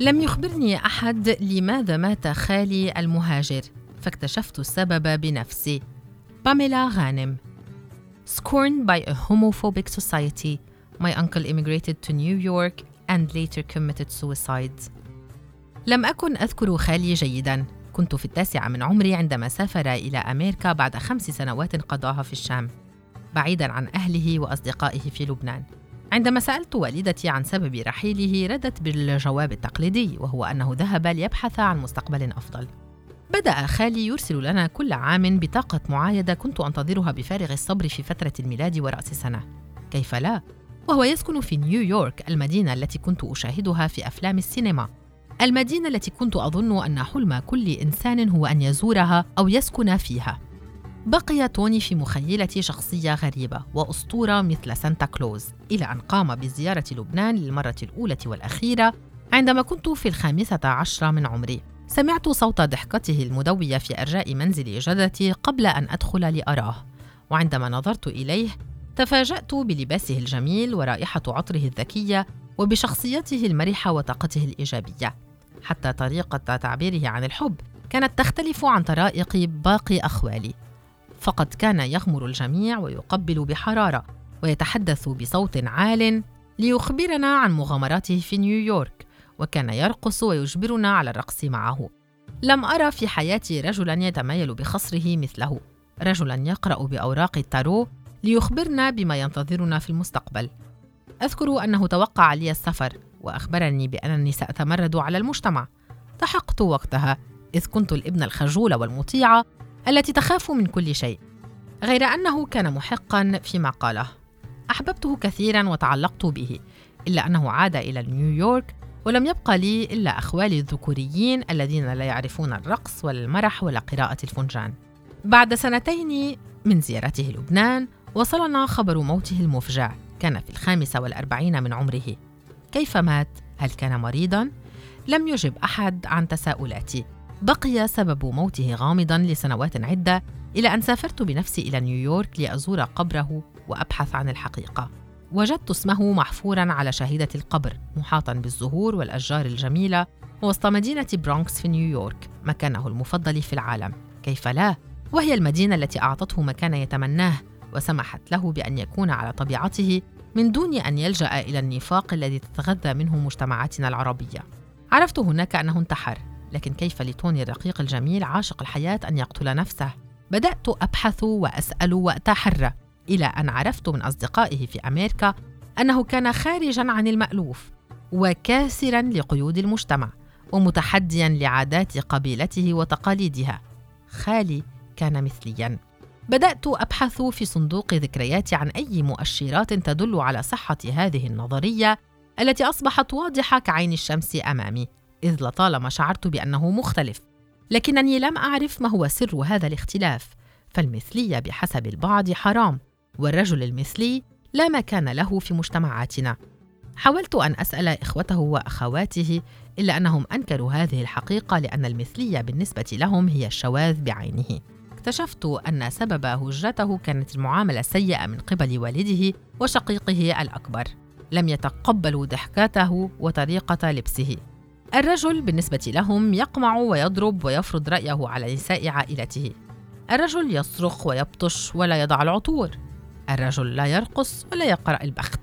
لم يخبرني أحد لماذا مات خالي المهاجر، فاكتشفت السبب بنفسي. باميلا غانم. Scorned by a homophobic society, my uncle immigrated to New York and later committed suicide. لم أكن أذكر خالي جيداً. كنت في 9 من عمري عندما سافر إلى أمريكا بعد 5 سنوات قضاها في الشام، بعيداً عن أهله وأصدقائه في لبنان. عندما سألت والدتي عن سبب رحيله ردت بالجواب التقليدي، وهو أنه ذهب ليبحث عن مستقبل أفضل. بدأ خالي يرسل لنا كل عام بطاقة معايدة كنت أنتظرها بفارغ الصبر في فترة الميلاد ورأس سنة. كيف لا؟ وهو يسكن في نيويورك، المدينة التي كنت أشاهدها في أفلام السينما، المدينة التي كنت أظن أن حلم كل إنسان هو أن يزورها أو يسكن فيها. بقي توني في مخيلتي شخصية غريبة وأسطورة مثل سانتا كلوز، إلى أن قام بزيارة لبنان للمرة الأولى والأخيرة عندما كنت في 15 من عمري. سمعت صوت ضحكته المدوية في أرجاء منزل جدتي قبل أن أدخل لأراه، وعندما نظرت إليه تفاجأت بلباسه الجميل ورائحة عطره الذكية وبشخصيته المرحة وطاقته الإيجابية. حتى طريقة تعبيره عن الحب كانت تختلف عن طرائق باقي أخوالي، فقد كان يغمر الجميع ويقبل بحرارة ويتحدث بصوت عال ليخبرنا عن مغامراته في نيويورك، وكان يرقص ويجبرنا على الرقص معه. لم أرى في حياتي رجلاً يتميل بخصره مثله، رجلاً يقرأ بأوراق التارو ليخبرنا بما ينتظرنا في المستقبل. أذكر أنه توقع لي السفر وأخبرني بأنني سأتمرد على المجتمع. ضحكت وقتها، إذ كنت الابنة الخجولة والمطيعة التي تخاف من كل شيء، غير أنه كان محقاً فيما قاله. أحببته كثيراً وتعلقت به، إلا أنه عاد إلى نيويورك ولم يبقى لي إلا أخوالي الذكوريين الذين لا يعرفون الرقص ولا المرح ولا قراءة الفنجان. بعد 2 من زيارته لبنان وصلنا خبر موته المفجع. كان في 45 من عمره. كيف مات؟ هل كان مريضاً؟ لم يجب أحد عن تساؤلاتي. بقي سبب موته غامضاً لسنوات عدة، إلى أن سافرت بنفسي إلى نيويورك لأزور قبره وأبحث عن الحقيقة. وجدت اسمه محفوراً على شهيدة القبر، محاطاً بالزهور والأشجار الجميلة وسط مدينة برونكس في نيويورك، مكانه المفضل في العالم. كيف لا؟ وهي المدينة التي أعطته ما كان يتمناه وسمحت له بأن يكون على طبيعته من دون أن يلجأ إلى النفاق الذي تتغذى منه مجتمعاتنا العربية. عرفت هناك أنه انتحر، لكن كيف لتوني الرقيق الجميل عاشق الحياة أن يقتل نفسه؟ بدأت أبحث وأسأل وأتحرى، إلى أن عرفت من أصدقائه في أمريكا أنه كان خارجاً عن المألوف وكاسراً لقيود المجتمع ومتحدياً لعادات قبيلته وتقاليدها. خالي كان مثلياً. بدأت أبحث في صندوق ذكرياتي عن أي مؤشرات تدل على صحة هذه النظرية التي أصبحت واضحة كعين الشمس أمامي، إذ لطالما شعرت بأنه مختلف، لكنني لم أعرف ما هو سر هذا الاختلاف. فالمثلية بحسب البعض حرام، والرجل المثلي لا مكان له في مجتمعاتنا. حاولت أن أسأل إخوته وأخواته، إلا أنهم أنكروا هذه الحقيقة، لأن المثلية بالنسبة لهم هي الشواذ بعينه. اكتشفت أن سبب هجرته كانت المعاملة السيئة من قبل والده وشقيقه الأكبر. لم يتقبلوا ضحكاته وطريقة لبسه. الرجل بالنسبة لهم يقمع ويضرب ويفرض رأيه على نساء عائلته. الرجل يصرخ ويبطش ولا يضع العطور. الرجل لا يرقص ولا يقرأ البخت.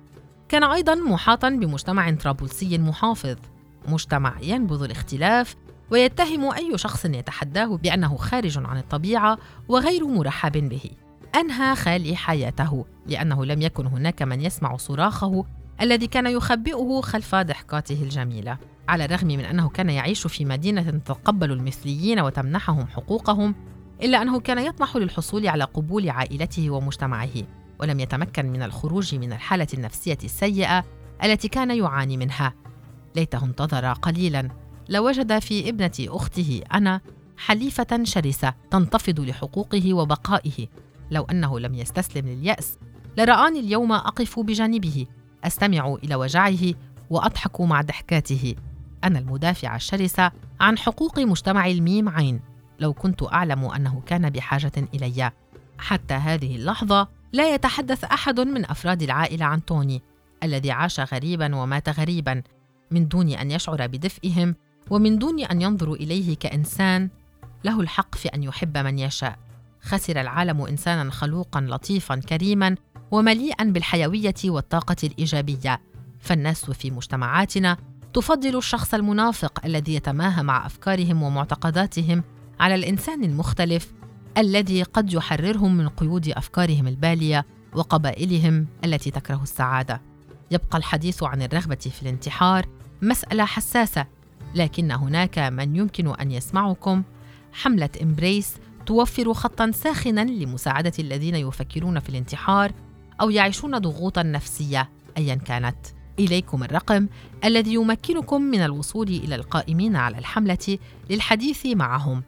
كان أيضاً محاطاً بمجتمع طرابلسي محافظ، مجتمع ينبذ الاختلاف ويتهم أي شخص يتحداه بأنه خارج عن الطبيعة وغير مرحب به. أنهى خالي حياته لأنه لم يكن هناك من يسمع صراخه الذي كان يخبئه خلف ضحكاته الجميلة. على الرغم من أنه كان يعيش في مدينة تتقبل المثليين وتمنحهم حقوقهم، إلا أنه كان يطمح للحصول على قبول عائلته ومجتمعه، ولم يتمكن من الخروج من الحالة النفسية السيئة التي كان يعاني منها. ليته انتظر قليلاً لوجد في ابنة أخته أنا حليفة شرسة تنتفض لحقوقه وبقائه. لو أنه لم يستسلم لليأس لرآني اليوم أقف بجانبه، أستمع إلى وجعه وأضحك مع ضحكاته. أنا المدافعة الشرسة عن حقوق مجتمع الميم عين، لو كنت أعلم أنه كان بحاجة إلي. حتى هذه اللحظة لا يتحدث أحد من أفراد العائلة عن توني الذي عاش غريباً ومات غريباً، من دون أن يشعر بدفئهم ومن دون أن ينظروا إليه كإنسان له الحق في أن يحب من يشاء. خسر العالم إنساناً خلوقاً لطيفاً كريماً ومليئاً بالحيوية والطاقة الإيجابية. فالناس في مجتمعاتنا تفضل الشخص المنافق الذي يتماهى مع أفكارهم ومعتقداتهم على الإنسان المختلف الذي قد يحررهم من قيود أفكارهم البالية وقبائلهم التي تكره السعادة. يبقى الحديث عن الرغبة في الانتحار مسألة حساسة، لكن هناك من يمكن أن يسمعكم. حملة إمبريس توفر خطاً ساخناً لمساعدة الذين يفكرون في الانتحار أو يعيشون ضغوطاً نفسية أياً كانت. إليكم الرقم الذي يمكنكم من الوصول إلى القائمين على الحملة للحديث معهم: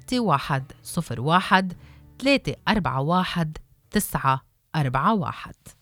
00-961 01 341 941.